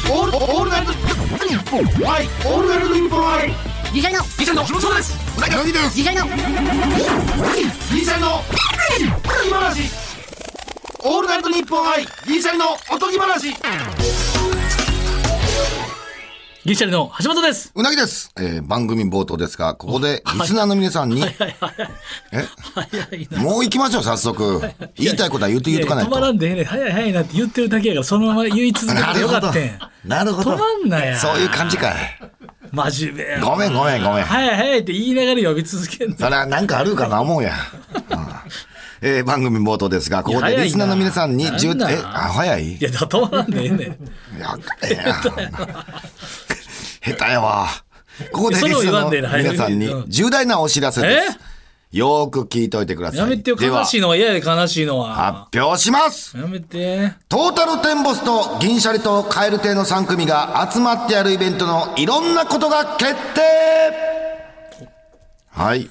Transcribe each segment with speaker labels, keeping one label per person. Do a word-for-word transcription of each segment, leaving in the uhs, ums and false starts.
Speaker 1: オールオールナイトニッポンはいオールナイトニッポンはい
Speaker 2: ギリシャリの
Speaker 1: ギリシャリのそうですうなぎです
Speaker 2: ギリシャリの
Speaker 1: ギリシャリの今話オールナイトニッポンはいギリシャリのおとぎ話
Speaker 3: ギリシャリの橋本です。
Speaker 4: うなぎです、えー、番組冒頭ですがここでリスナーの皆さんに
Speaker 3: はいはいはい
Speaker 4: え
Speaker 3: 早いな。
Speaker 4: もう行きましょう早速言いたいことは言って言うとかないと
Speaker 3: 止まらんでええねん早い早いなって言ってるだけやからそのまま言い続けてよかったん。
Speaker 4: なるほど
Speaker 3: 止まんなや。
Speaker 4: そういう感じかい。
Speaker 3: 真面目や。
Speaker 4: ごめんごめんごめん
Speaker 3: 早い早いって言いながら呼び続けんの。
Speaker 4: それはなんかあるかな思うや、うんえー、番組冒頭ですがここでリスナーの皆さんに
Speaker 3: じゅうえ
Speaker 4: あ早い
Speaker 3: いや止まらんでええねん。
Speaker 4: いやいや下手やわ。ここでリスナーの皆さんに重大なお知らせです。よーく聞いといてください。
Speaker 3: やめてよ、悲しいのは嫌やで、悲しいのは。
Speaker 4: 発表します。
Speaker 3: やめて。
Speaker 4: トータルテンボスと銀シャリとカエル亭のさん組が集まってやるイベントのいろんなことが決定。はい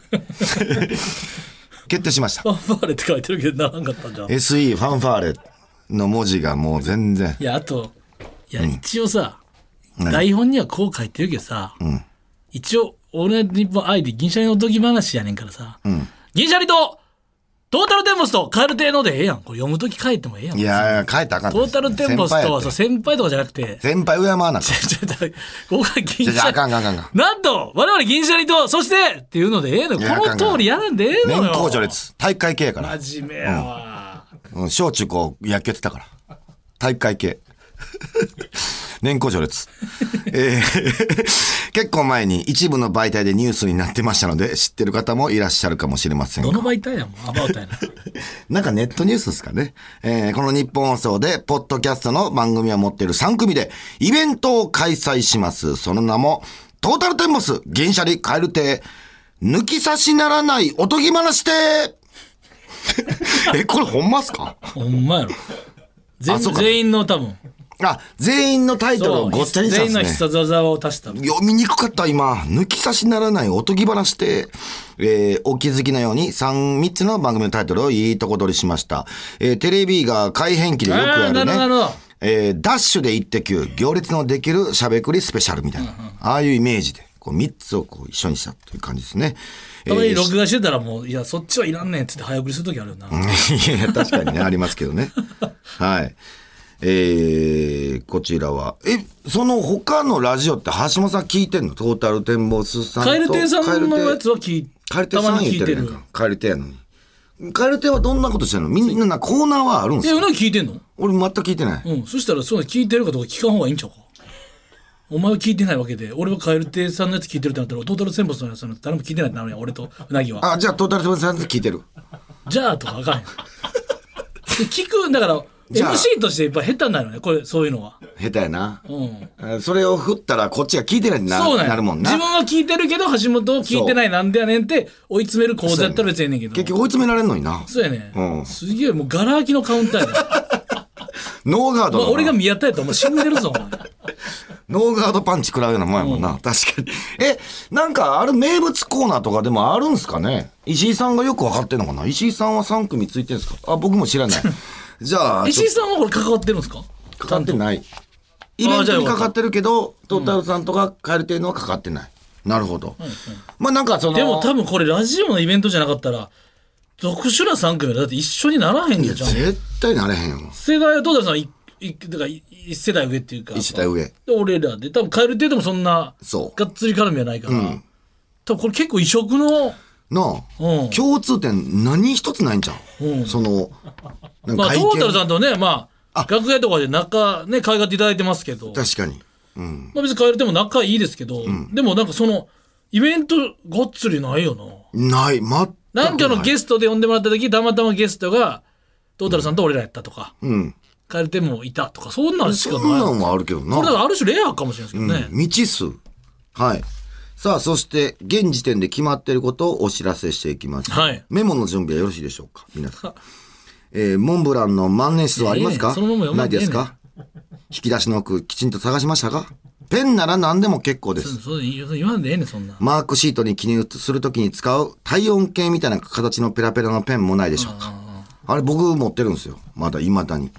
Speaker 4: 決定しました。
Speaker 3: ファンファーレって書いてるけどならんかったんじゃん。
Speaker 4: エスイー ファンファーレの文字がもう全然。
Speaker 3: いやあといや、うん、一応さ台本にはこう書いてるけどさ、うん、一応オールナイトニッポン愛で銀シャリのおとぎ話やねんからさ、うん、銀シャリとトータルテンボスとカエル亭のでええやん。これ読むとき書いてもええやん。
Speaker 4: いやいや書いたらあかん。
Speaker 3: トータルテンボスとはさ先輩とかじゃなくて
Speaker 4: 先輩敬わなか
Speaker 3: ここが銀シャリ
Speaker 4: あかんあかんあかん。
Speaker 3: なんと我々銀シャリとそしてっていうのでええのよ。この通りやらんでええのよ。
Speaker 4: 年功序列体育会系やから
Speaker 3: 真面目やわ、
Speaker 4: うんうん、小中高野球やってたから体育会系年功序列、えー、結構前に一部の媒体でニュースになってましたので知ってる方もいらっしゃるかもしれませんが。
Speaker 3: どの媒体やもんアバウトやな
Speaker 4: なんかネットニュースですかね、えー、この日本放送でポッドキャストの番組を持っているさん組でイベントを開催します。その名もトータルテンボス銀シャリカエル亭抜き差しならないおとぎ話亭えこれほんまっすか。
Speaker 3: ほんまやろ。全, 全員の多分
Speaker 4: あ全員のタイトルをごっちゃにしたんですね。
Speaker 3: 全員の必殺技を足した。
Speaker 4: 読みにくかった今。抜き差しならないおとぎ話で、えー、お気づきのように 3, 3つの番組のタイトルをいいとこ取りしました、えー、テレビが改編期でよくやるね、えー、ダッシュでイッテ Q 行列のできるしゃべくりスペシャルみたいな、うんうん、ああいうイメージでこうみっつをこう一緒にしたという感じですね。
Speaker 3: たまに録画してたらもういやそっちはいらんねんってって早送りするときあるよな。
Speaker 4: いや確かにねありますけどねはいえー、こちらはえその他のラジオって橋本さん聞いてんの。トータルテンボスさんと
Speaker 3: カエル亭さんのやつは聞い
Speaker 4: カエル亭さん言ってるやんか。カエル亭やのにカエル亭はどんなことしてんの。みんなコーナーはあるんですか。
Speaker 3: えうなぎ聞いてんの。
Speaker 4: 俺全く聞いてない、
Speaker 3: うん、そしたらそう聞いてるかどうか聞かん方がいいんちゃうか。お前は聞いてないわけで俺はカエル亭さんのやつ聞いてるってなったらトータルテンボスのやつなんて誰も聞いてないってなるやん俺とうなぎは。
Speaker 4: あじゃあトータルテンボスさんのやつ聞いてる
Speaker 3: じゃあとか分からへん聞くだからエムシー としてやっぱ下手になるねこれそういうのは
Speaker 4: 下手やな、
Speaker 3: うん、
Speaker 4: それを振ったらこっちが聞いてないって な, なるもんな。
Speaker 3: 自分は聞いてるけど橋本を聞いてないなんでやねんって追い詰める構図やったら別にええねんけど
Speaker 4: 結局追い詰められんのにな。
Speaker 3: そうやね、うん、すげえもうガラ空きのカウンターやね
Speaker 4: ノーガードの、まあ、
Speaker 3: 俺が宮田やったらもう死んでるぞお前
Speaker 4: ノーガードパンチ食らうようなもんやもんな、うん、確かに。えなんかある名物コーナーとかでもあるんすかね。石井さんがよく分かってんのかな。石井さんはさん組ついてるんですか。あ僕も知らないじゃあ
Speaker 3: 石井さんはこれ関わってるんですか。
Speaker 4: 関わってない。イベントに関わってるけどトータルさんとかカエル亭のは関わってない、うん、なるほど、うんうん、まあなんかその
Speaker 3: でも多分これラジオのイベントじゃなかったら特殊なさん組だって一緒にならへんじゃん。
Speaker 4: 絶対なれへんよ。
Speaker 3: 世代はトータルさんいいだから一世代上っていうか
Speaker 4: 一世代上
Speaker 3: で俺らで多分カエル亭でもそんながっつり絡みはないから、うん、多分これ結構異色の
Speaker 4: なあ、うん、共通点何一つないんちゃう、うん、その
Speaker 3: なんかまあトータルさんとねまあ楽屋とかで仲ね可愛がっていただいてますけど
Speaker 4: 確かに、うん
Speaker 3: まあ、別にカエル亭も仲いいですけど、うん、でもなんかそのイベントがっつりないよな。
Speaker 4: ない全くない。
Speaker 3: なんかのゲストで呼んでもらった時たまたまゲストがトータルさんと俺らやったとか、うん、カエル亭もいたとかそんなんしかない。そん
Speaker 4: なんはあるけどな。
Speaker 3: これだからある種レアかもしれないですけどね、
Speaker 4: うん、未知数。はいさあそして現時点で決まっていることをお知らせしていきます、はい、メモの準備はよろしいでしょうか皆さん、えー、モンブランの万年筆はありますか。
Speaker 3: いやいやそのまま
Speaker 4: ないですか、ね、引き出しの奥きちんと探しましたか。ペンなら何でも結構です。
Speaker 3: そうそう言わんでええねんそんな。
Speaker 4: マークシートに記入するときに使う体温計みたいな形のペラペラのペンもないでしょうか。 あ, あれ僕持ってるんですよまだ未だに、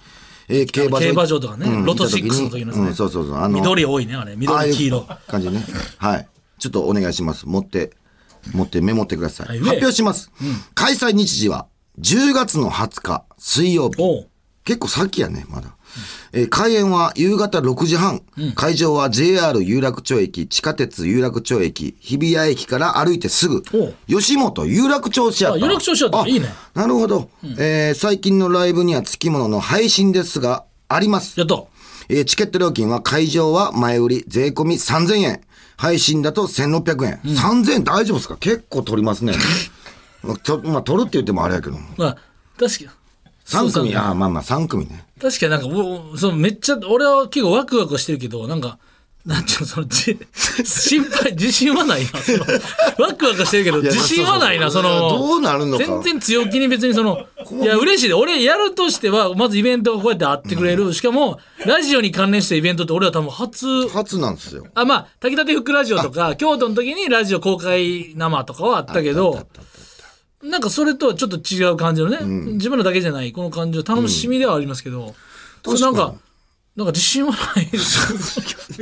Speaker 4: えー競馬場
Speaker 3: 競馬場とかね、
Speaker 4: うん
Speaker 3: ロトシックスの
Speaker 4: 行ったに
Speaker 3: 時のね、
Speaker 4: うん、そうそうそう。あの
Speaker 3: 緑多いね、あれ。緑、黄色。
Speaker 4: ああいう感じね。はい。ちょっとお願いします。持って、持ってメモってください。
Speaker 3: はい
Speaker 4: 発表します。開催日時はじゅうがつのはつか水曜日。
Speaker 3: おう
Speaker 4: 結構先やね、まだ。えー開演は夕方ろくじはん。会場は ジェイアール 有楽町駅、地下鉄有楽町駅、日比谷駅から歩いてすぐ
Speaker 3: おう。
Speaker 4: 吉本有楽町シアター。
Speaker 3: あ有楽町シアター
Speaker 4: あ
Speaker 3: いいね。
Speaker 4: なるほど。えー最近のライブにはつきものの配信ですが、あります。
Speaker 3: やっと。
Speaker 4: えーチケット料金は会場は前売り税込みさんぜんえん。配信だとせんろっぴゃくえん。さんぜんえん大丈夫ですか？結構取りますね。とまあ取るって言ってもあれやけど。
Speaker 3: まあ、確か
Speaker 4: さん組、
Speaker 3: そうそう
Speaker 4: ああまあまあさん組ね。
Speaker 3: 確かになんかもう、そのめっちゃ、俺は結構ワクワクしてるけど、なんか、なんちゅうの、その、じ心配、自信はないな。そのワクワクしてるけど、
Speaker 4: いや
Speaker 3: 自信はないな、そ
Speaker 4: そうそうそう
Speaker 3: の、
Speaker 4: どうなるのか。
Speaker 3: 全然強気に別にその、いや、嬉しいで。俺やるとしては、まずイベントがこうやってあってくれる。しかも、ラジオに関連したイベントって俺は多分初、
Speaker 4: 初なんですよ。
Speaker 3: あ、まあ、炊きたて福ラジオとか、京都の時にラジオ公開生とかはあったけど、なんかそれとはちょっと違う感じのね、自分らだけじゃない、この感じの楽しみではありますけど、それなんか、なんか自信はないです。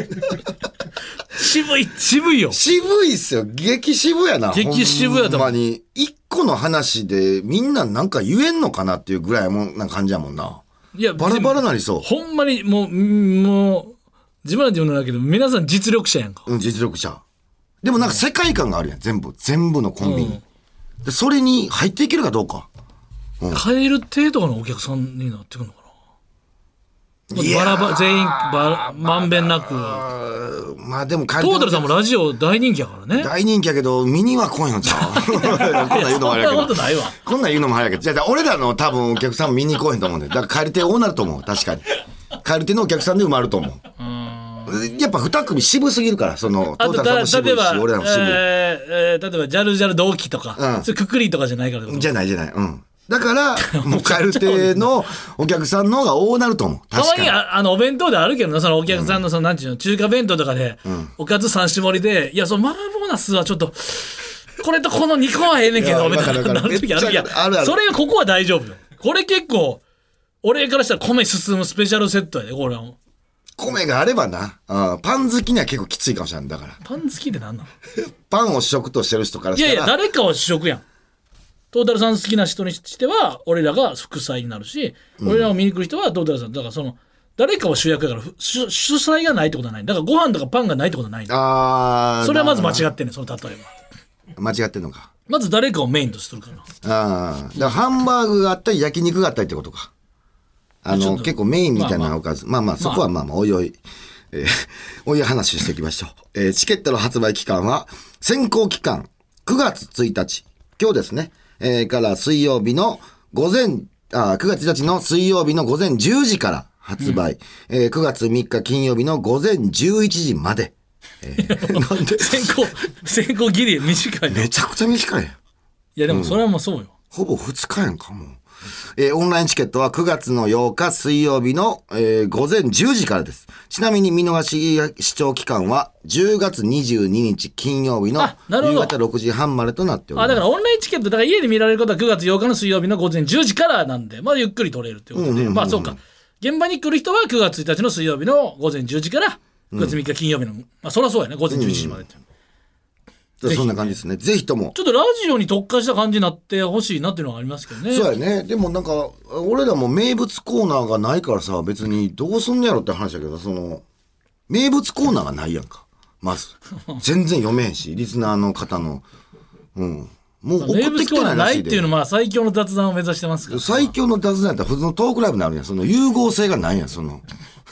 Speaker 3: 渋い、渋いよ。
Speaker 4: 渋いっすよ。激渋やな。
Speaker 3: 激渋やと思う
Speaker 4: ほんまに。一個の話でみんななんか言えんのかなっていうぐらいもんな感じやもんな。
Speaker 3: いや、
Speaker 4: バラバラなりそう。
Speaker 3: ほんまにもう、んもう、自分ら自分のだけど、皆さん実力者やんか。
Speaker 4: うん、実力者。でもなんか世界観があるやん、全部。全部のコンビに。でそれに入っていけるかどうか。
Speaker 3: 帰る程度のお客さんになってくるのかな。バラバラ、全員ばら、まんべんなく。
Speaker 4: まあでも、ト
Speaker 3: トータルさんもラジオ大人気やからね。
Speaker 4: 大人気やけど、見には来いのちゃうこんなん言うのもあれやけど
Speaker 3: そんなこと。ないわ。
Speaker 4: こんなん言うのもあれやけど。じゃあじゃあ俺らの多分お客さん見に来へんと思うんで。だから帰り手多なると思う。確かに。帰り手のお客さんで埋まると思う。やっぱ二組渋すぎるから、その、
Speaker 3: あと
Speaker 4: トータルさんも渋いし、
Speaker 3: 例えば、
Speaker 4: 俺らも渋い。
Speaker 3: えーえー例えば、ジャルジャル同期とか、
Speaker 4: うん
Speaker 3: そういうくくりとかじゃないからってこと
Speaker 4: じゃないじゃない。うん。だから、もう帰る手のお客さんの方が多なると思う。
Speaker 3: たまに
Speaker 4: 確かに。
Speaker 3: ああのお弁当であるけどな、そのお客さんのその、なんていうの、中華弁当とかで、おかず三種盛りで、いや、その麻婆ナスはちょっと、これとこのにこはええねんけど、
Speaker 4: いや
Speaker 3: みたいな
Speaker 4: わかるわかる
Speaker 3: なる時ある。いや
Speaker 4: めっちゃあるある
Speaker 3: それ、ここは大丈夫よ。これ結構、俺からしたら米進むスペシャルセットやで、これは。
Speaker 4: 米があればな、うん、パン好きには結構きついかもしれない。だから。
Speaker 3: パン好きってなんなの？
Speaker 4: パンを主食としてる人から
Speaker 3: いやい
Speaker 4: したら。
Speaker 3: や、誰かは主食やん。トータルさん好きな人にしては、俺らが副菜になるし、俺らを見に来る人はトータルさん。だからその、誰かは主役やから、ふ主主菜がないってことはない。だからご飯とかパンがないってことはない。
Speaker 4: あー
Speaker 3: それはまず間違ってんねん、その例えば。
Speaker 4: 間違ってんのか。
Speaker 3: まず誰かをメインとするから。
Speaker 4: ああ。だからハンバーグがあったり焼肉があったりってことか。あの、
Speaker 3: ちょっと
Speaker 4: 結構メインみたい
Speaker 3: まあまあ
Speaker 4: なおかず。まあまあ、そこはまあまあ、おいおい。えーおいおい話していきましょう。えーチケットの発売期間は、先行期間、くがつついたち。今日ですね。えーから水曜日の午前、あ、くがつついたちの水曜日の午前じゅうじから発売。えーくがつみっか金曜日の午前じゅういちじまで。えーなんで
Speaker 3: 先行、先行ギリ短いね。
Speaker 4: めちゃくちゃ短いやん。
Speaker 3: いやでもそれはもうそうよ。
Speaker 4: ほぼふつかやんか、もう。えーオンラインチケットはくがつのようか水曜日の、えー午前じゅうじからです。ちなみに見逃し視聴期間はじゅうがつにじゅうににち金曜日の
Speaker 3: あなるほど
Speaker 4: 夕方ろくじはんまでとなっております。
Speaker 3: あ、だからオンラインチケット、だから家で見られることはくがつようかの水曜日の午前じゅうじからなんで、まあゆっくり取れるっていうことで、まあそうか。現場に来る人はくがつついたちの水曜日の午前じゅうじからくがつみっか金曜日の、まあそりゃそうやね、午前じゅういちじまでって。
Speaker 4: そんな感じですね。ぜひとも。
Speaker 3: ちょっとラジオに特化した感じになってほしいなっていうのはありますけどね。
Speaker 4: そうやね。でもなんか、俺らも名物コーナーがないからさ、別にどうすんのやろって話だけど、その、名物コーナーがないやんか。まず。全然読めへんし、リスナーの方の。うん。もう送
Speaker 3: 名物
Speaker 4: ってき
Speaker 3: コーナーないっ
Speaker 4: てないらしいで。
Speaker 3: ていうのはまあ最強の雑談を目指してますから。
Speaker 4: 最強の雑談やったら普通のトークライブになるやん。その融合性がないやん、その。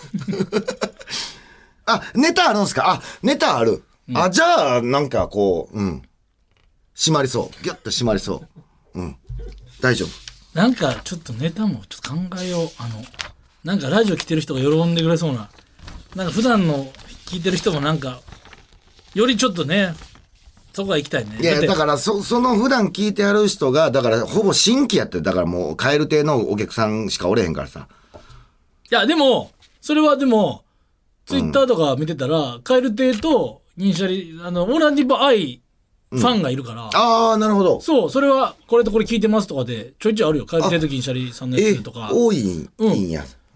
Speaker 4: あ、ネタあるんすか？あ、ネタある。あ、じゃあ、なんかこう、うん。締まりそう。ギュッと締まりそう。うん。大丈夫。
Speaker 3: なんかちょっとネタもちょっと考えよう。あの、なんかラジオ来てる人が喜んでくれそうな。なんか普段の聞いてる人もなんか、よりちょっとね、そこは行きたいね。
Speaker 4: いや、
Speaker 3: って
Speaker 4: だから、そ、その普段聞いてある人が、だから、ほぼ新規やって、だからもう、カエル亭のお客さんしかおれへんからさ。
Speaker 3: いや、でも、それはでも、ツイッターとか見てたら、カエル亭と、銀シャリ、あの、オーランディバアイ、ファンがいるから、
Speaker 4: ああ、なるほど。
Speaker 3: そう、それは、これとこれ聞いてますとかで、ちょいちょいあるよ。カエル亭と銀シャリさんのや
Speaker 4: え
Speaker 3: つとか。、
Speaker 4: 多いん、
Speaker 3: うん
Speaker 4: いいんや。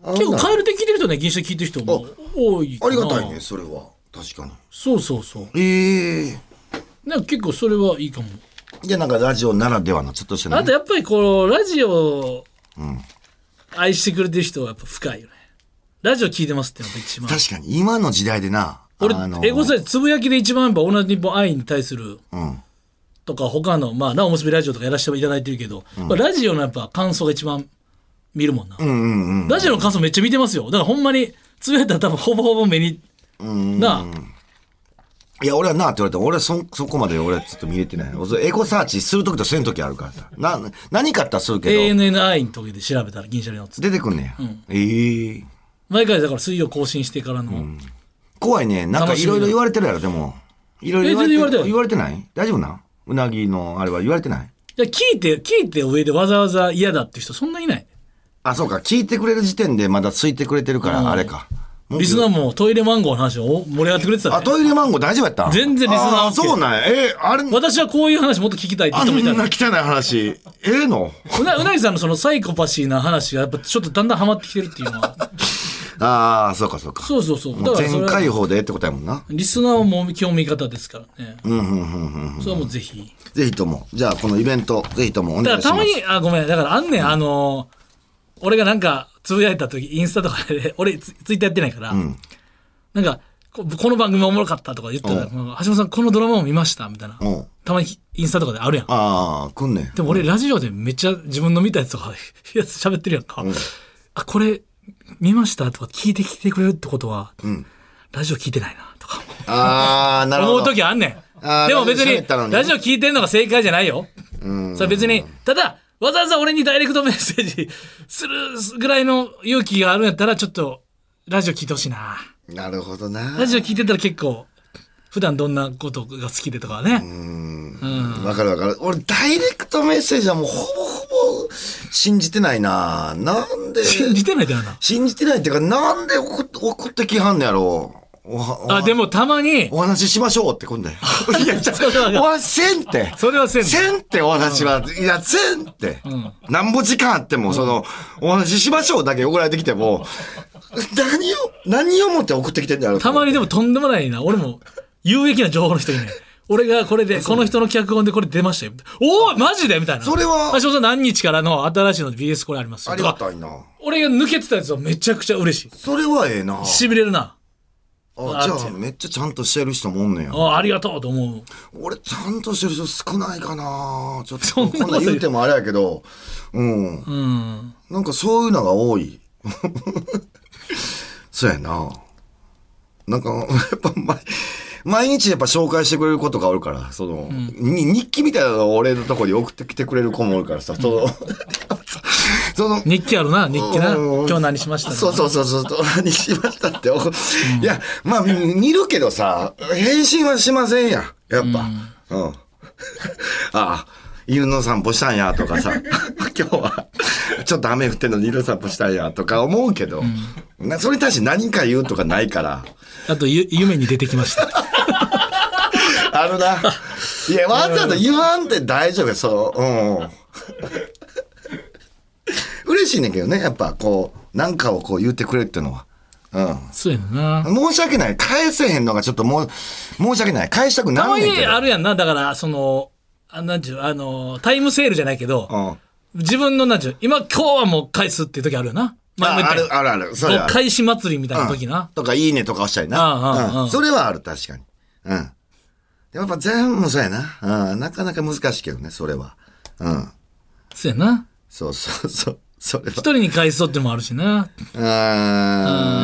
Speaker 3: 結構カエルで聞いてる人ね、銀シャリ聞いてる人も多いかな。
Speaker 4: ありがたいね、それは。確かに。
Speaker 3: そうそうそう。
Speaker 4: ええー。
Speaker 3: なんか結構それはいいかも。
Speaker 4: いや、なんかラジオならではのちょっとしたね。
Speaker 3: あとやっぱりこのラジオを愛してくれてる人はやっぱ深いよね。ラジオ聞いてますってのが一番。
Speaker 4: 確かに、今の時代でな。
Speaker 3: 俺、
Speaker 4: あのー、
Speaker 3: エゴサイトつぶやきで一番やっぱ同じ日本愛に対する、うん、とか他の、まあなおむすびラジオとかやらせていただいてるけど、うん、ラジオのやっぱ感想が一番見るもんな、うんうんうん、ラジオの感想めっちゃ見てますよ。だからほんまにつぶやいたら多分ほぼほぼ目に、うん、なあ。
Speaker 4: いや、俺はなって言われても、俺は そ, そこまで俺はちょっと見れてない。エゴサーチするときとせんときあるからさ。な、何かあったらするけど。
Speaker 3: エーエヌエヌアイ の時で調べたら銀シャリの
Speaker 4: 出てくんねや。うん、ええー。
Speaker 3: 毎回だから水曜更新してからの。うん、
Speaker 4: 怖いね。なんかいろいろ言われてるやろ、でも。いろいろ言われてる。言われてない大丈夫なうなぎのあれは言われてない。
Speaker 3: いや、聞いて、聞いて上でわざわざ嫌だって人そんないない。
Speaker 4: あ、そうか。聞いてくれる時点でまだついてくれてるから、あれか。
Speaker 3: リスナーもトイレマンゴーの話を盛り上がってくれてた、ね、
Speaker 4: あ、トイレマンゴー大丈夫やった
Speaker 3: 全然リスナー OK。
Speaker 4: あ、そうなんや。えー、あれ
Speaker 3: 私はこういう話もっと聞きたいって人もいた。
Speaker 4: あんな汚い話ええー、の
Speaker 3: うな、うなぎさんのそのサイコパシーな話がやっぱちょっとだんだんハマってきてるっていうのは
Speaker 4: ああ、そうかそうか。
Speaker 3: そうそうそう。
Speaker 4: だから全開放でってことやもんな。
Speaker 3: リスナーはもう基本味方ですからね。うんうんうんうん。それはもうぜひ。
Speaker 4: ぜひとも。じゃあこのイベントぜひともお願いします。
Speaker 3: だからたまにあごめんだからあんねん、うん、あの俺がなんかつぶやいた時インスタとかで俺ツイッターやってないから、うん、なんかここの番組おもろかったとか言ったら、橋本さんこのドラマも見ましたみたいな。たまにインスタとかであるやん。
Speaker 4: ああ、くんねん。
Speaker 3: でも俺ラジオでめっちゃ自分の見たやつとかやつ喋ってるやんか。うん、あこれ見ましたとか聞いてきてくれるってことは、うん、ラジオ聞いてないなとか
Speaker 4: ああなるほど
Speaker 3: 思う時あんねん。でも別にラジオ聞いてんのが正解じゃないよ。それ別にただわざわざ俺にダイレクトメッセージするぐらいの勇気があるんやったらちょっとラジオ聞いてほしいな。
Speaker 4: なるほどな。
Speaker 3: ラジオ聞いてたら結構普段どんなことが好きでとかね。
Speaker 4: うんうん。わかるわかる。俺ダイレクトメッセージはもうほぼほぼ信じてないな。なんで
Speaker 3: 信じてないってなんだ。
Speaker 4: 信じてないっていうかなんで送って送ってきはんのやろう。
Speaker 3: あでもたまに
Speaker 4: お話ししましょうって今度いやじゃお話せんって
Speaker 3: それはせん
Speaker 4: せんってお話は、うん、いやせんって、うん、なんぼ時間あっても、うん、そのお話ししましょうだけ送られてきても何を何をもって送ってきてんだろう。
Speaker 3: たまにでもとんでもないな。俺も有益な情報の人にね俺がこれでこの人の脚本でこれ出ましたよ。おおマジでみたいな。
Speaker 4: それは
Speaker 3: 橋本さん何日からの新しいの ビーエス これありますよ。
Speaker 4: ありがたいな。
Speaker 3: 俺が抜けてたやつはめちゃくちゃ嬉しい。
Speaker 4: それはええな。
Speaker 3: 痺れるな。
Speaker 4: あじゃあめっちゃちゃんとしてる人もおんねや。
Speaker 3: あありがとうと思う。
Speaker 4: 俺ちゃんとしてる人少ないかな。ちょっとこんな言うてもあれやけどうん、うん、なんかそういうのが多いそうやな。なんかやっぱ毎毎日やっぱ紹介してくれることがあるからその、うん、日記みたいなのを俺のとこに送ってきてくれる子もおるからさ、うん、その
Speaker 3: その日記あるな日記な、うん、今日何しました
Speaker 4: そうそうそうそう何しましたって、うん、いやまあ見るけどさ返信はしませんややっぱうん、うん、ああ犬の散歩したんやとかさ今日はちょっと雨降ってんのに犬散歩したんやとか思うけど、うん、それに対して何か言うとかないから。
Speaker 3: あとゆ夢に出てきました
Speaker 4: あるな。いやわざわざ言わんで大丈夫よそううん嬉しいねんけどねやっぱこうなんかをこう言ってくれるっていうのはうん
Speaker 3: そうやな。
Speaker 4: 申し訳ない返せへんのがちょっともう申し訳ない返したくないねんけど。
Speaker 3: たまにあるやんな。だからそのあなんちゅうあのタイムセールじゃないけど、うん、自分のなんちゅう今今日はもう返すっていう時あるよな。
Speaker 4: まあ、あるあるある。
Speaker 3: それは返し祭りみたいな時な、
Speaker 4: うん、とかいいねとか押したりな。ああ、うんうん、それはある確かに。うん。やっぱ全部そうやな。うん。なかなか難しいけどねそれは。うん。
Speaker 3: そうやな。
Speaker 4: そうそうそう。それは。
Speaker 3: 一人に返そうってもあるしな。
Speaker 4: うん。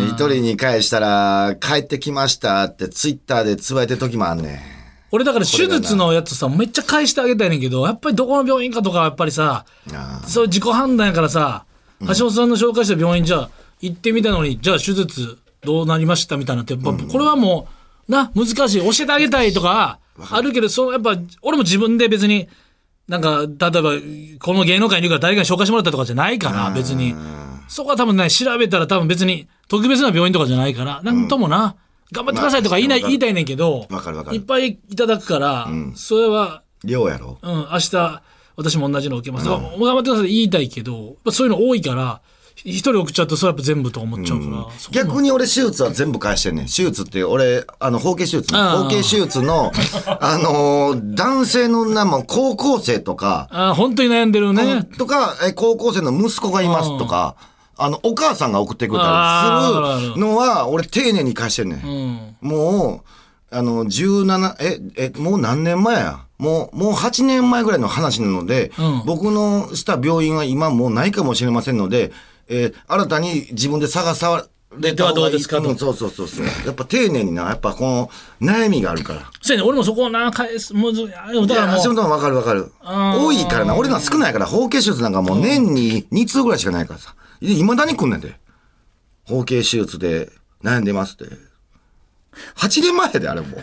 Speaker 4: 一人に返したら帰ってきましたってツイッターでつぶやいてる時もあんねん。
Speaker 3: 俺だから手術のやつさめっちゃ返してあげたいねんけどやっぱりどこの病院かとかやっぱりさそう自己判断やからさ。橋本さんの紹介した病院じゃあ行ってみたのにじゃあ手術どうなりましたみたいなってやっぱこれはもうな難しい教えてあげたいとかあるけどそうやっぱ俺も自分で別になんか例えばこの芸能界にいるから誰かに紹介してもらったとかじゃないから別にそこは多分ね調べたら多分別に特別な病院とかじゃないからなんともな頑張ってくださいとか言いない言いたいねんけどいっぱいいただくからそれは
Speaker 4: 量やろうん
Speaker 3: 明日私も同じの受けます、うん、頑張ってくださいって言いたいけどそういうの多いから一人送っちゃうとそれやっぱ全部と思っちゃうから、そこも
Speaker 4: 逆に俺手術は全部返してんねん。手術って俺、あの、包茎手術ね。
Speaker 3: あー
Speaker 4: 包茎手術の、あのー男性の女も高校生とか、
Speaker 3: あー本当に悩んでるね。
Speaker 4: とか、え高校生の息子がいますとか、あの、お母さんが送ってくれたりするのは、俺丁寧に返してんねん。
Speaker 3: うん。
Speaker 4: もう、あの、じゅうなな、え、え、もう何年前やもう、もうはちねんまえぐらいの話なので、
Speaker 3: うん
Speaker 4: 僕のした病院は今もうないかもしれませんので、えー新たに自分で探された方がいい。
Speaker 3: ではどうですかと
Speaker 4: うんそうそうそうそう。やっぱ丁寧にな、やっぱこの悩みがあるから。
Speaker 3: そうやね、俺もそこをな、返す、もうず、あれだからもう。
Speaker 4: 橋本もわかるわかる。
Speaker 3: あー
Speaker 4: 多いからな。俺のは少ないから、包茎手術なんかもう年にに通ぐらいしかないからさ。いまだに来んねんで。包茎手術で悩んでますって。はちねんまえであれもう。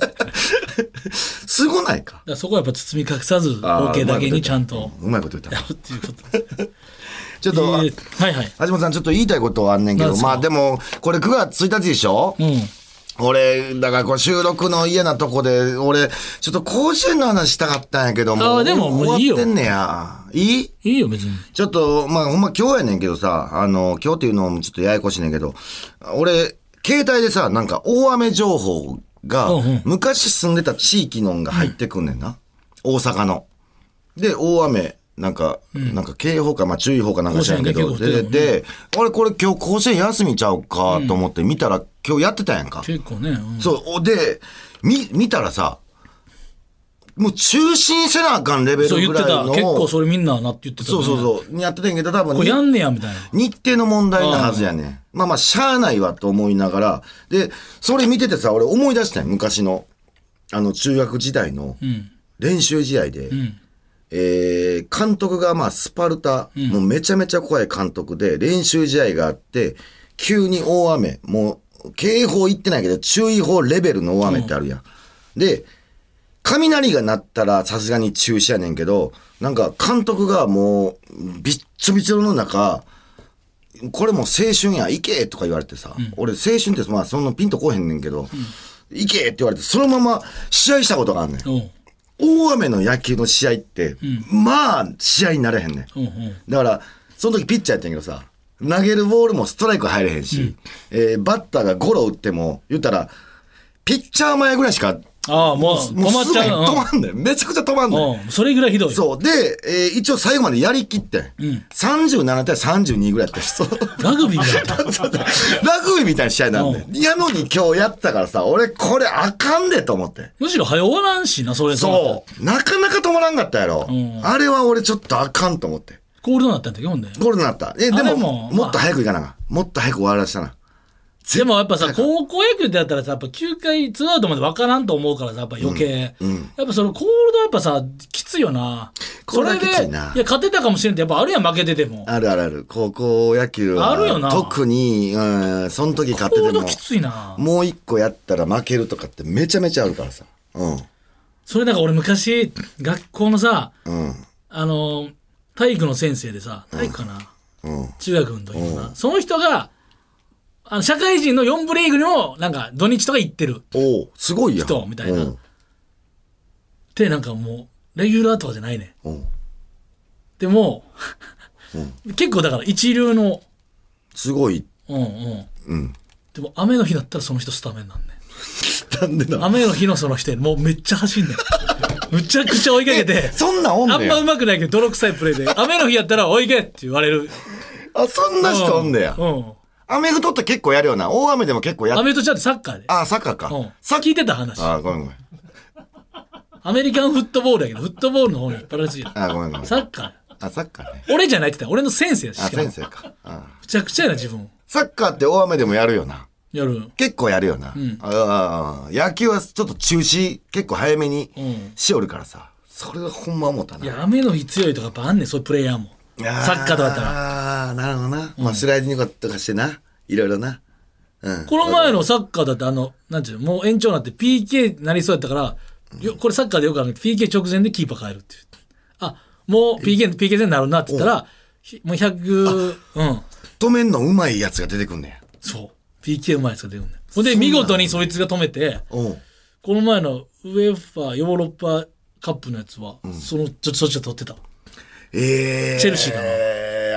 Speaker 4: すごないか。
Speaker 3: だからそこはやっぱ包み隠さず、包茎だけにちゃんと
Speaker 4: うまいこと言った
Speaker 3: や。るっていうこと。
Speaker 4: ちょっと、
Speaker 3: えーはいはい。
Speaker 4: 橋本さんちょっと言いたいことはあんねんけど、
Speaker 3: なんですか
Speaker 4: まあでも、これくがつついたちでしょ
Speaker 3: うん。
Speaker 4: 俺、だからこう収録の嫌なとこで、俺、ちょっと甲子園の話したかったんやけども、
Speaker 3: あーでももういいよ
Speaker 4: 終わってんねや。いい
Speaker 3: いいよ別に。
Speaker 4: ちょっと、まあほんま今日やねんけどさ、あの、今日っていうのもちょっとややこしいねんけど、俺、携帯でさ、なんか大雨情報が
Speaker 3: うんうん、
Speaker 4: 昔住んでた地域のが入ってくんねんな。大阪の。で、大雨、なんか、なんか警報か、まあ注意報かなんか知らんけど、
Speaker 3: 甲子園で結構降って
Speaker 4: で、
Speaker 3: るもんね
Speaker 4: で、あれこれ今日甲子園休みちゃうかと思って見たら、今日やってたやんか。
Speaker 3: 結構ね。うん
Speaker 4: そう、で、み、見たらさ、もう中心せなあかんレベ
Speaker 3: そう
Speaker 4: ルぐらいの。
Speaker 3: 言ってた。結構それみんななって言ってた、ね。
Speaker 4: そうそうそう。やってたんやけど、多分
Speaker 3: これやんねやみたいな。
Speaker 4: 日程の問題なはずやねん。まあまあ、しゃあないわと思いながら。で、それ見ててさ、俺思い出したんよ。昔の、あの、中学時代の
Speaker 3: うん。
Speaker 4: 練習試合で、
Speaker 3: うん。
Speaker 4: えー、監督がまあ、スパルタ、もうめちゃめちゃ怖い監督で、練習試合があって、急に大雨、もう、警報言ってないけど、注意報レベルの大雨ってあるやん。で、雷が鳴ったらさすがに中止やねんけど、なんか監督がもう、びっちょびちょの中、これもう青春や、行けとか言われてさ、俺青春ってまあそんなピンとこへんねんけど、行けって言われて、そのまま試合したことがあんねん。
Speaker 3: おう。
Speaker 4: 大雨の野球の試合って、まあ試合になれへんねん。
Speaker 3: おうおう。
Speaker 4: だから、その時ピッチャーやったんやけどさ、投げるボールもストライク入れへんし、えーバッターがゴロ打っても、言ったら、ピッチャー前ぐらいしか、
Speaker 3: ああ、もう止まっちゃう。
Speaker 4: もうすぐ止まんねん。めちゃくちゃ止まんねん。
Speaker 3: うん。それぐらいひどい。
Speaker 4: そう。で、えー一応最後までやりきって、
Speaker 3: ん
Speaker 4: さんじゅうななたいさんじゅうにぐらいやったし、そう
Speaker 3: ラグビーだった。
Speaker 4: ラグビーみたいな試合なんで。やのに今日やったからさ、俺これあかんでと思って。
Speaker 3: むしろ早終わらんしな、それ。
Speaker 4: そう。なかなか止まらんかったやろ。
Speaker 3: ん
Speaker 4: あれは俺ちょっとあかんと思って。
Speaker 3: コールドになったんだけど、ほんで。
Speaker 4: ゴールになった。え、で
Speaker 3: あれ
Speaker 4: も、
Speaker 3: も
Speaker 4: もっと早くいかなあかん。もっと早く終わらせたな。
Speaker 3: でもやっぱさ、高校野球ってやったらさ、やっぱきゅうかいツーアウトまで分からんと思うからさ、やっぱ余計。やっぱそのコールドやっぱさ、きついよな。
Speaker 4: コールドは
Speaker 3: それで、
Speaker 4: きついない
Speaker 3: や、勝てたかもしれんってやっぱあるやん、負けてても。
Speaker 4: あるあるある。高校野球は。
Speaker 3: あるよな
Speaker 4: 特に、うん、その時勝ってても
Speaker 3: コールドき。ついな。
Speaker 4: もう一個やったら負けるとかってめちゃめちゃあるからさ。うん。
Speaker 3: それなんか俺昔、学校のさ、
Speaker 4: うん。
Speaker 3: あの、体育の先生でさ、体育かな、
Speaker 4: うん。
Speaker 3: 中学の時のな、その人が、あの社会人のよん部リーグにも、なんか土日とか行ってる
Speaker 4: おおすごいやん。
Speaker 3: 人みたいな。
Speaker 4: うん。
Speaker 3: で、なんかもう、レギュラーとかじゃないね。
Speaker 4: うん
Speaker 3: でも、結構だから一流の、
Speaker 4: すごい。
Speaker 3: うんうん。
Speaker 4: うん。
Speaker 3: でも雨の日だったらその人スタメンなんね。
Speaker 4: なんでな。
Speaker 3: 雨の日のその人もうめっちゃ走んねん。むちゃくちゃ追いかけて、
Speaker 4: そんなんおん
Speaker 3: あんま
Speaker 4: ねや。
Speaker 3: 上手くないけど泥臭いプレーで、雨の日やったら追いけって言われる。
Speaker 4: あ、そんな人おんねや。
Speaker 3: うん。
Speaker 4: アメフトって結構やるよな。大雨でも結構やっ
Speaker 3: アメフトちゃうってサッカーで。
Speaker 4: あ、サッカーか。
Speaker 3: うん。
Speaker 4: サッ
Speaker 3: 聞いてた話。
Speaker 4: あ、ごめんごめん。
Speaker 3: アメリカンフットボールやけど、フットボールの方に引っ張られすぎる。
Speaker 4: あ、ごめんごめん。
Speaker 3: サッカー。
Speaker 4: あ、サッカーね。
Speaker 3: 俺じゃないって言ったら俺の先生やし
Speaker 4: あ、
Speaker 3: しかも
Speaker 4: 先生か。あ
Speaker 3: むちゃくちゃやな自分。
Speaker 4: サッカーって大雨でもやるよな。
Speaker 3: やる。
Speaker 4: 結構やるよな。ああ野球はちょっと中止結構早めに
Speaker 3: うん
Speaker 4: しおるからさ。それはほんま思ったな。
Speaker 3: いや、雨の日強いとかやっぱあんねん、そういうプレイヤーも。サッカーとかだったら。
Speaker 4: ああ、なるほどな。まあスライディングとかしてな。いろいろな。うん。
Speaker 3: この前のサッカーだってあの、なんていうの、もう延長になって ピーケー なりそうやったから、よこれサッカーでよくある ピーケー 直前でキーパー変えるっていう。あ、もう ピーケー、ピーケー 戦になるなって言ったら、ひもうひゃく、うん。
Speaker 4: 止めんのうまいやつが出てくんね
Speaker 3: そう。ピーケー うまいやつが出るんだよ。ほんで、見事にそいつが止めて、
Speaker 4: や。おう
Speaker 3: この前のウェファーヨーロッパカップのやつは、その、ちょっとそっちは取ってた。
Speaker 4: ええー。
Speaker 3: チェルシーかな
Speaker 4: えー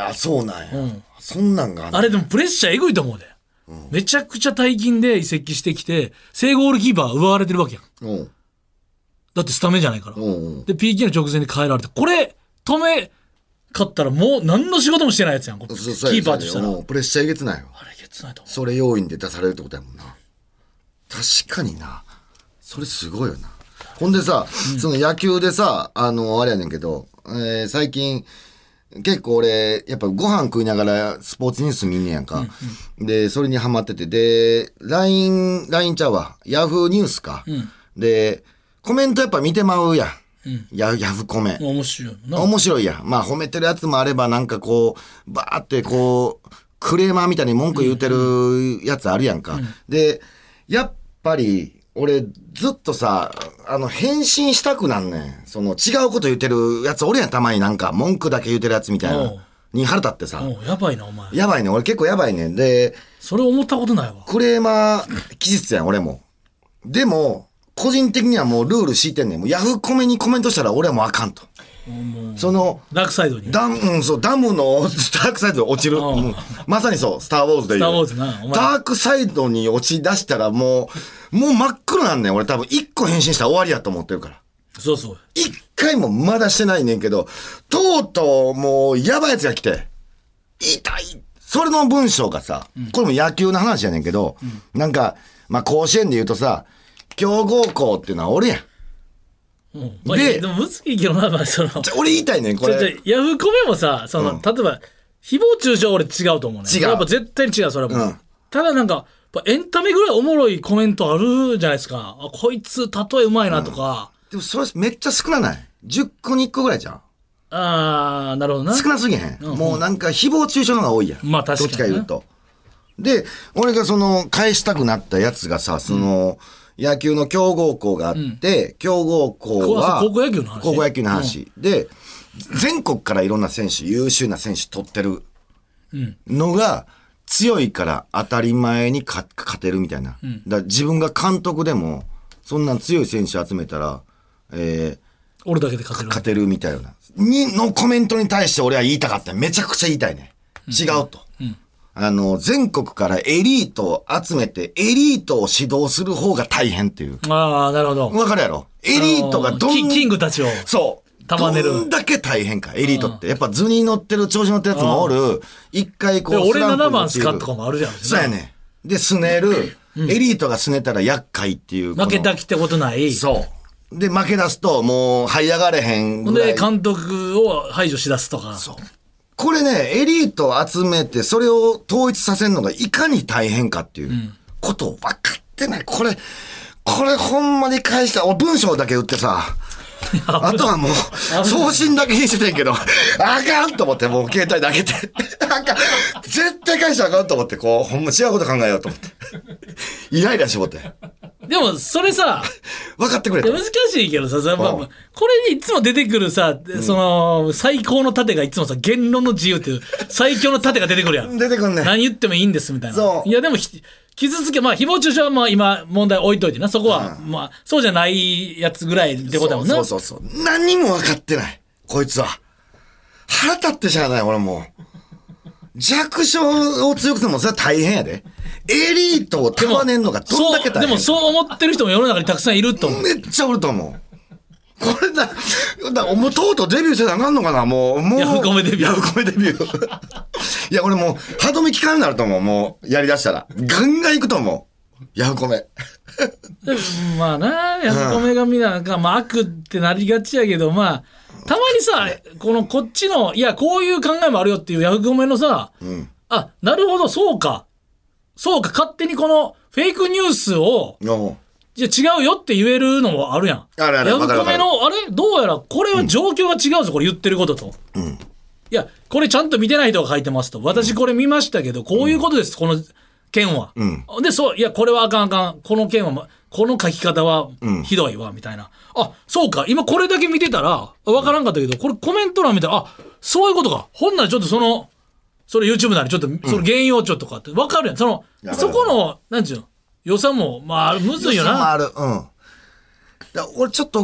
Speaker 4: あ、そうなんや。
Speaker 3: うん、
Speaker 4: そんなんがあんの。
Speaker 3: あれでもプレッシャーえぐいと思うで。うん、めちゃくちゃ大金で移籍してきて、正ゴールキーパー奪われてるわけやん。うん、だってスタメンじゃないから。うんうん、で、ピーケー の直前に変えられて、これ、止め、勝ったらもう何の仕事もしてないやつやん。キーパーとしたら。
Speaker 4: プレッシャーえげつないよ。
Speaker 3: あれえげつないと思う。
Speaker 4: それ要因で出されるってことやもんな。確かにな。それすごいよな。ほんでさ、うん、その野球でさ、あの、あれやねんけど、えー、最近、結構俺、やっぱご飯食いながらスポーツニュース見んねやんか。うんうん、で、それにハマってて、で、ライン、ラインちゃうわ。ヤフーニュースか。うん、で、コメントやっぱ見てまうやん。うん、ヤ, ヤフコメ
Speaker 3: 面白いな。
Speaker 4: 面白いやん。まあ褒めてるやつもあればなんかこうバーってこうクレーマーみたいに文句言うてるやつあるやんか、うんうん、でやっぱり俺ずっとさあの返信したくなんねん。その違うこと言うてるやつ俺やん。たまになんか文句だけ言うてるやつみたいなに腹立ってさ。
Speaker 3: やばいなお前。
Speaker 4: やばいね俺結構やばいねん。で
Speaker 3: それ思ったことないわ。
Speaker 4: クレーマー気質やん俺も。でも個人的にはもうルール敷いてんねん。もうヤフーコメにコメントしたら俺はもうあかんと。その
Speaker 3: ダークサイドに
Speaker 4: ダム、うん、そうダムのダークサイドに落ちる、うん、まさにそうスター・ウォーズでいう
Speaker 3: スター・ウォーズな
Speaker 4: ダークサイドに落ち出したらもうもう真っ黒なんねん。俺多分一個返信したら終わりやと思ってるから。
Speaker 3: そうそう
Speaker 4: 一回もまだしてないねんけど、とうとうもうやばいやつが来て痛い。それの文章がさ、うん、これも野球の話やねんけど、うん、なんかまあ甲子園で言うとさ強豪校っていうのは俺やん。
Speaker 3: うん、まあ、で, でもむずいけどな、まあ、その
Speaker 4: 俺言いたいねんこれ。
Speaker 3: ヤフコメもさその、うん、例えば誹謗中傷俺違うと思うね。
Speaker 4: 違う。
Speaker 3: やっぱ絶対に違うそれはもう、うん、ただなんかエンタメぐらいおもろいコメントあるじゃないですか。あこいつ例えうまいなとか、
Speaker 4: うん、でもそれめっちゃ少なない。じゅっこにいっこぐらいじゃん。
Speaker 3: あーなるほどな。
Speaker 4: 少なすぎへん、うん、もうなんか誹謗中傷の方が多いやん。
Speaker 3: まあ確かに、ね、
Speaker 4: どっちか言うと。で俺がその返したくなったやつがさその、うん、野球の強豪校があって、うん、強豪校は
Speaker 3: 高校野球の話。
Speaker 4: 高校野球の話、うん、で全国からいろんな選手優秀な選手取ってるのが強いから当たり前に勝てるみたいな、うん、だから自分が監督でもそんな強い選手集めたら、えー、
Speaker 3: 俺だけで勝てる
Speaker 4: 勝てるみたいなにのコメントに対して俺は言いたかった。めちゃくちゃ言いたいね、うん、違うと、うん、あの全国からエリートを集めてエリートを指導する方が大変っていう。
Speaker 3: ああなるほど。
Speaker 4: わかるやろ。エリートがどん、あのー、
Speaker 3: キングたちを
Speaker 4: そう
Speaker 3: 束ねる
Speaker 4: どんだけ大変か。エリートってやっぱ図に乗ってる調子乗ってるやつもおる。一回こう
Speaker 3: 俺ななばんスカッとかもあるじゃん。
Speaker 4: そうやね。ですねる、うん、エリートがすねたら厄介っていう。
Speaker 3: 負けたきってことない。
Speaker 4: そうで負け出すともう這い上がれへんぐらい。
Speaker 3: で監督を排除し出すとか。
Speaker 4: そうこれねエリートを集めてそれを統一させるのがいかに大変かっていうことを分かってない。これこれほんまに返した俺文章だけ打ってさあとはもう送信だけにしててんけどあかんと思ってもう携帯だけてあかん絶対返したらあかんと思ってこうほんま違うこと考えようと思ってイライラしもって。
Speaker 3: でもそれさ
Speaker 4: 分かってくれた。
Speaker 3: 難しいけどさ、まあ、これにいつも出てくるさ、うん、その最高の盾がいつもさ言論の自由っていう最強の盾が出てくるやん。
Speaker 4: 出てくんね。
Speaker 3: 何言ってもいいんですみたいな。
Speaker 4: そう
Speaker 3: いやでも傷つけまあ誹謗中傷はまあ今問題置いといてなそこは、うん、まあそうじゃないやつぐらいってことだもんな。
Speaker 4: そうそうそうそう何にも分かってないこいつは。腹立ってしゃあない俺もう。弱小を強くてもそれは大変やで。エリートを束ねんのがどんだけ大変。
Speaker 3: でもそう思ってる人も世の中にたくさんいると思う。
Speaker 4: めっちゃおると思う。これだ、だもうとうとうデビューせなあかんのかなもう。もう
Speaker 3: ヤフコメデビュー。
Speaker 4: ヤフコメデビュー。いや、俺もう歯止め効かんようになると思う。もうやりだしたら。ガンガンいくと思う。ヤフコメ。
Speaker 3: まあな、ヤフコメがみんな、まあ悪ってなりがちやけど、まあ、たまにさ、このこっちの、いや、こういう考えもあるよっていうヤフコメのさ、うん、あ、なるほど、そうか。そうか、勝手にこのフェイクニュースを、じゃ違うよって言えるのもあるやん。
Speaker 4: あれあれ
Speaker 3: ヤフコメの、あれどうやら、これは状況が違うぞ、これ言ってることと。うん、いや、これちゃんと見てない人が書いてますと。私これ見ましたけど、こういうことです、この件は。うん、で、そう、いや、これはあかんあかん。この件は、この書き方はひどいわ、みたいな。あ、そうか、今これだけ見てたら、わからんかったけど、これコメント欄見たら、あ、そういうことか。ほんならちょっとその、それ YouTube なりちょっと、その原因をちょっとかって、わかるやん。その、そこの、なんちゅうの、良さも、まあ、むずいよな。
Speaker 4: 良さもある。うん。だ俺ちょっと、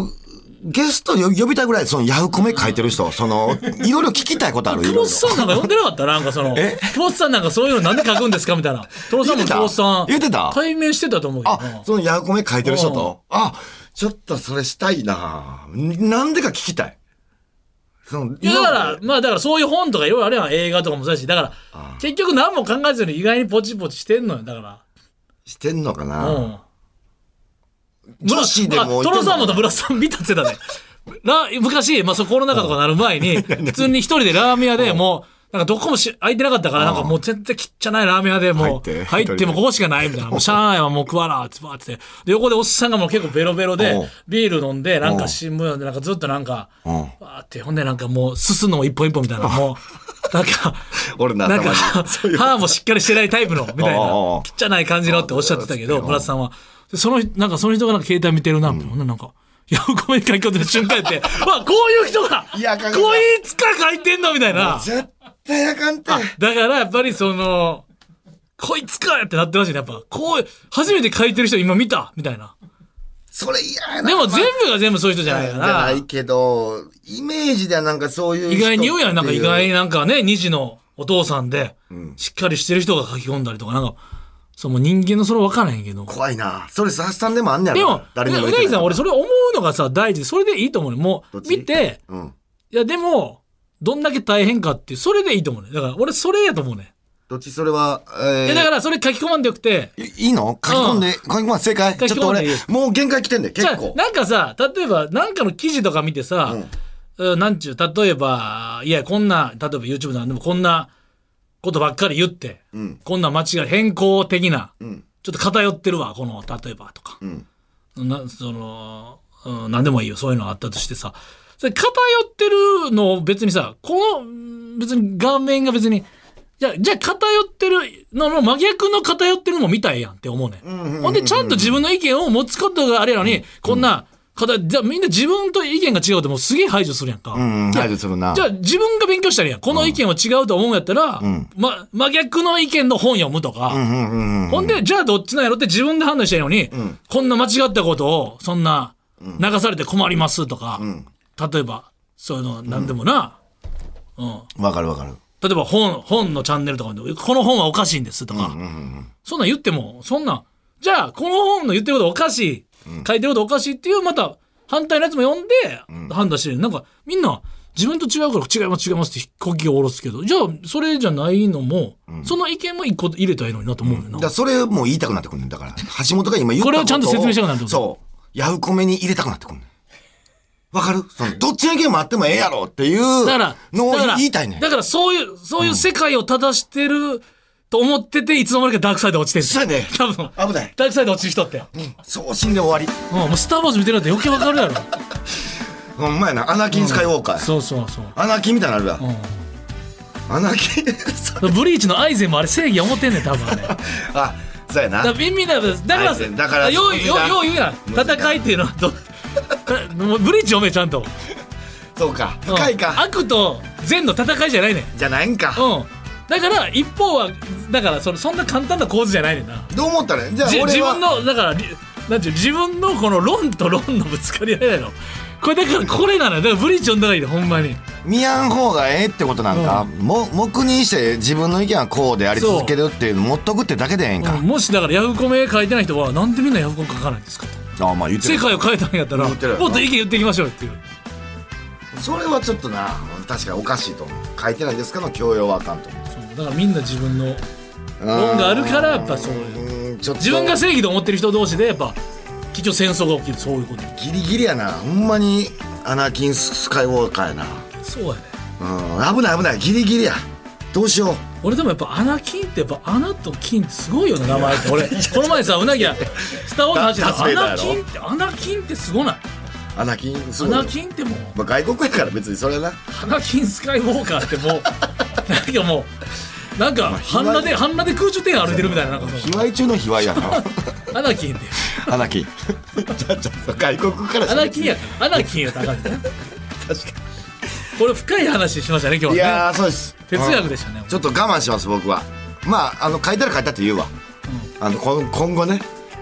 Speaker 4: ゲスト呼び呼びたいぐらい、そのヤフコメ書いてる人、その、いろいろ聞きたいことある。
Speaker 3: 久保さんなんか呼んでなかったなんかその、久保さんなんかそういうのなんで書くんですかみたいな。トロさんも久保さん。
Speaker 4: 言ってた
Speaker 3: 対面してたと思うけどな。
Speaker 4: あ、そのヤフコメ書いてる人と。あ、ちょっとそれしたいななんでか聞きたい。その
Speaker 3: いやだから、まあだからそういう本とかいろいろあるやん。映画とかもそうだし。だから、結局何も考えずに意外にポチポチしてんのよ。だから。
Speaker 4: してんのかな、うん、
Speaker 3: 女子でもトロサーモンとブラスさん見たってたね。昔、まあ、そコロナ禍とかなる前に、普通に一人でラーメン屋でもう、なんかどこもし空いてなかったから、なんかもう全然きっちゃないラーメン屋でもう、入ってもここしかないみたいな。もう上海はもう食わなってバーって。で、横でおっさんがもう結構ベロベロで、ビール飲んで、なんか新聞読んで、なんかずっとなんか、バーって、ほんでなんかもう、すすんのも一本一本みたいな。もう、なんか、
Speaker 4: 俺な
Speaker 3: なんか、歯もしっかりしてないタイプの、みたいな。きっちゃない感じのっておっしゃってたけど、ブラスさんは。その、なんかその人がなんか携帯見てるな、みたいな。なんか、ヤフコメに書き込んでる瞬間やって、わ、こういう人が、こいつから書いてんのみたいな。
Speaker 4: 絶対あかんて。
Speaker 3: だからやっぱりその、こいつかってなってましたね。やっぱ、こう、初めて書いてる人今見たみたいな。
Speaker 4: それ嫌やな。
Speaker 3: でも全部が全部そういう人じゃないかな。
Speaker 4: じゃないけど、イメージではなんかそういう人。
Speaker 3: 意外に言うやん。なんか意外になんかね、二児のお父さんで、しっかりしてる人が書き込んだりとか、なんか、そう、もう人間のそれ分からへんけど。
Speaker 4: 怖いな。それさっさんでもあんねやろ。
Speaker 3: でも、
Speaker 4: 誰にも
Speaker 3: うなぎさん、俺それ思うのがさ、大事。それでいいと思うね。もう、見て、うん、いや、でも、どんだけ大変かっていう、それでいいと思うね。だから、俺それやと思うね。
Speaker 4: どっちそれは、えー、
Speaker 3: いや、だからそれ書き込まんでよくて。
Speaker 4: いいの書き込んで、うん、書き込まん正解。ちょっと俺、もう限界来てんで、結構。
Speaker 3: なんかさ、例えば、なんかの記事とか見てさ、うん、なんちゅう、例えば、いや、こんな、例えば YouTube なんでもこんなことばっかり言って、うん、こんな間違い、変更的な、うんちょっと偏ってるわ、この、例えばとか。うん、なその、うん、何でもいいよ、そういうのがあったとしてさ。それ偏ってるのを別にさ、この、別に画面が別に、じゃあ、じゃあ偏ってるのの真逆の偏ってるのも見たいやんって思うね。ほんで、ちゃんと自分の意見を持つことがあれやのに、うん、こんな、じゃあみんな自分と意見が違うともうすげえ排除するやんか。
Speaker 4: うん、排除するな。
Speaker 3: じゃあ自分が勉強したらいいやん。この意見は違うと思うんやったら、うん、ま、真逆の意見の本読むとか。ほんで、じゃあどっちなんやろって自分で判断したらいいのに、うん、こんな間違ったことをそんな流されて困りますとか、うん、例えば、そういうのなんでもな。
Speaker 4: うん。わ、うん、かるわかる。
Speaker 3: 例えば本、本のチャンネルとかで、この本はおかしいんですとか、うんうんうん、そんなん言っても、そんな、じゃあこの本の言ってることおかしい、うん、書いてることおかしいっていう、また、反対のやつも読んで判断してる、うん、なんかみんな自分と違うから違います違いますって呼吸を下ろすけどじゃあそれじゃないのも、うん、その意見も一個入れたらいいのになと思うよな、うん、
Speaker 4: だからそれも言いたくなってくるんだから橋本が今言ったことを
Speaker 3: これをちゃんと説明したくなるってこと
Speaker 4: そうヤフコメに入れたくなってくるわかるそのどっちの意見もあってもええやろっていうのを言いたいね
Speaker 3: だからそういうそういう世界を正してると思ってていつの間にかダークサイド落ちてる
Speaker 4: そうやね
Speaker 3: 多分
Speaker 4: 危ない
Speaker 3: ダークサイド落ちる人って、
Speaker 4: うん、そう死んで終わり
Speaker 3: うんもうスター・ウォーズ見てるって余計わかるやろ
Speaker 4: ほんまやなアナキン・スカイウォーカー、うん、
Speaker 3: そうそうそう
Speaker 4: アナキンみたいになるわ、うん、アナキン
Speaker 3: ブリーチのアイゼンもあれ正義思ってんねん多分あれ
Speaker 4: あそうやな
Speaker 3: だからみんなだからだからようよう言うやん戦いっていうのはどブリーチ読めちゃんと
Speaker 4: そうか深いか、
Speaker 3: うん、悪と善の戦いじゃないねん
Speaker 4: じゃないんか
Speaker 3: うんだから一方はだからそのそんな簡単な構図じゃないねんな
Speaker 4: どう思ったらじゃあ俺は
Speaker 3: 自分のだからなんていう自分のこの論と論のぶつかり合いなのこれだからこれなのよだからブリーチ読んだらいいでほんまに
Speaker 4: 見やん方がええってことなんか、うん、も黙認して自分の意見はこうであり続けるっていうの持っとくってだけでええんか、
Speaker 3: うん、もしだからヤフコメ書いてない人はなんでみんなヤフコメ書かないんですかと
Speaker 4: あまあ言ってる
Speaker 3: 世界を変えたんやったらもっと意見言っていきましょうっていう
Speaker 4: それはちょっとな確かにおかしいと思う書いてないですかの強要はあかんと思う
Speaker 3: そうだからみんな自分の論があるからやっぱそういう自分が正義と思ってる人同士でやっぱ結局戦争が起きるそういうこと
Speaker 4: ギリギリやなほんまにアナキンスカイウォーカーやな
Speaker 3: そうやね
Speaker 4: うん危ない危ないギリギリやどうしよう
Speaker 3: 俺でもやっぱアナキンってやっぱアナとキンってすごいよね名前って俺この前さうなぎやスター・ウォーズの話でアナキンってアナキンってすごない
Speaker 4: アナキンす
Speaker 3: ごいアナキンってもう、
Speaker 4: まあ、外国やから別にそれな
Speaker 3: アナキンスカイウォーカーってもうなんかもうなんか半裸で半裸で空中庭園歩いてるみたいななんか
Speaker 4: 卑猥中の卑猥やな
Speaker 3: アナキンって
Speaker 4: アナキンじゃあじゃあ外国から
Speaker 3: アナキンやアナキンやったらあかんね確かにこれ深い話しましたね今日はね
Speaker 4: いやーそうです
Speaker 3: 哲学でしたね、
Speaker 4: うん、ちょっと我慢します僕はまああの書いたら書いたって言うわ、うん、あの今後ね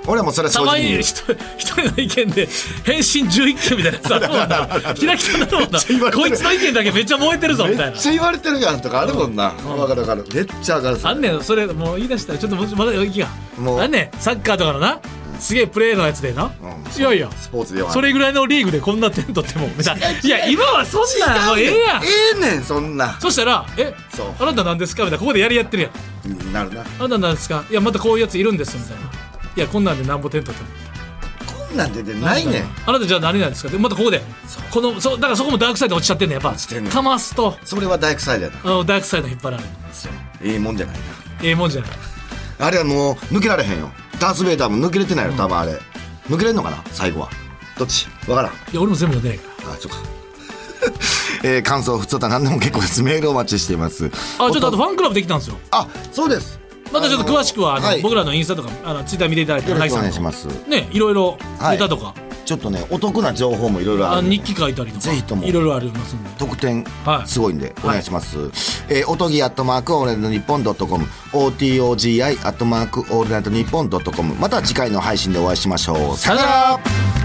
Speaker 4: 俺はもうそれは正
Speaker 3: たまに
Speaker 4: 直に言う。
Speaker 3: 一人一人の意見で返信じゅういっけんみたいなさあるもんな開き方だもんなこいつの意見だけめっちゃ燃えてるぞみたいな
Speaker 4: めっちゃ言われてるやんとかあるもんな。わかるわかる。めっちゃわかる。
Speaker 3: あんねんそれもう言い出したらちょっともうまだいきや
Speaker 4: もう
Speaker 3: あんねんサッカーとかのなすげえプレーのやつでな、
Speaker 4: うん
Speaker 3: いやいや
Speaker 4: スポーツでは
Speaker 3: それぐらいのリーグでこんな点取ってもみたいないや今はそんなんもうええやん
Speaker 4: ええねんそんな。
Speaker 3: そしたらえ
Speaker 4: そう
Speaker 3: あなた何ですかみたいなここでやりやってるやん
Speaker 4: うんなるな。
Speaker 3: あなた何ですかいやまたこういうやついるんですよみたいないやこんなんでなんぼ点取っても
Speaker 4: こんなんでないねん。
Speaker 3: あなたじゃあ何なんですかでまたここでこのそだからそこもダークサイド落ちちゃってんねんやっぱ
Speaker 4: ちてんねん
Speaker 3: かますと
Speaker 4: それは大工サイドやな。
Speaker 3: あのダークサイド引っ張られる
Speaker 4: ええもんじゃないな。
Speaker 3: ええもんじゃない
Speaker 4: あれはもう抜けられへんよ。ダースベイダーも抜けれてないよ多分あれ。抜けれんのかな最後は。どっちわからん。
Speaker 3: いや俺も全部読んでないから
Speaker 4: あ、そうか。えー、感想、普通とは何でも結構です。メールお待ちしています。
Speaker 3: あちょっとあとファンクラブできたんですよ
Speaker 4: あ、そうです。
Speaker 3: またちょっと詳しくはあの、
Speaker 4: はい
Speaker 3: 僕らのインスタとかあのツイッター見ていただいて
Speaker 4: よろしくお願い
Speaker 3: ナイさんの
Speaker 4: します。
Speaker 3: ねいろいろネタとか、
Speaker 4: ちょっとね、お得な情報もいろいろあるんで。
Speaker 3: あ日記書いたりとか
Speaker 4: ぜひとも
Speaker 3: いろいろありますんで
Speaker 4: 特典
Speaker 3: はい
Speaker 4: すごいんでお願いします、えーおとぎアットマークオールナイトニッポンドットコム オーティーオージーアイ アットマークオールナイトニッポンドットコムまた次回の配信でお会いしましょう。さよなら。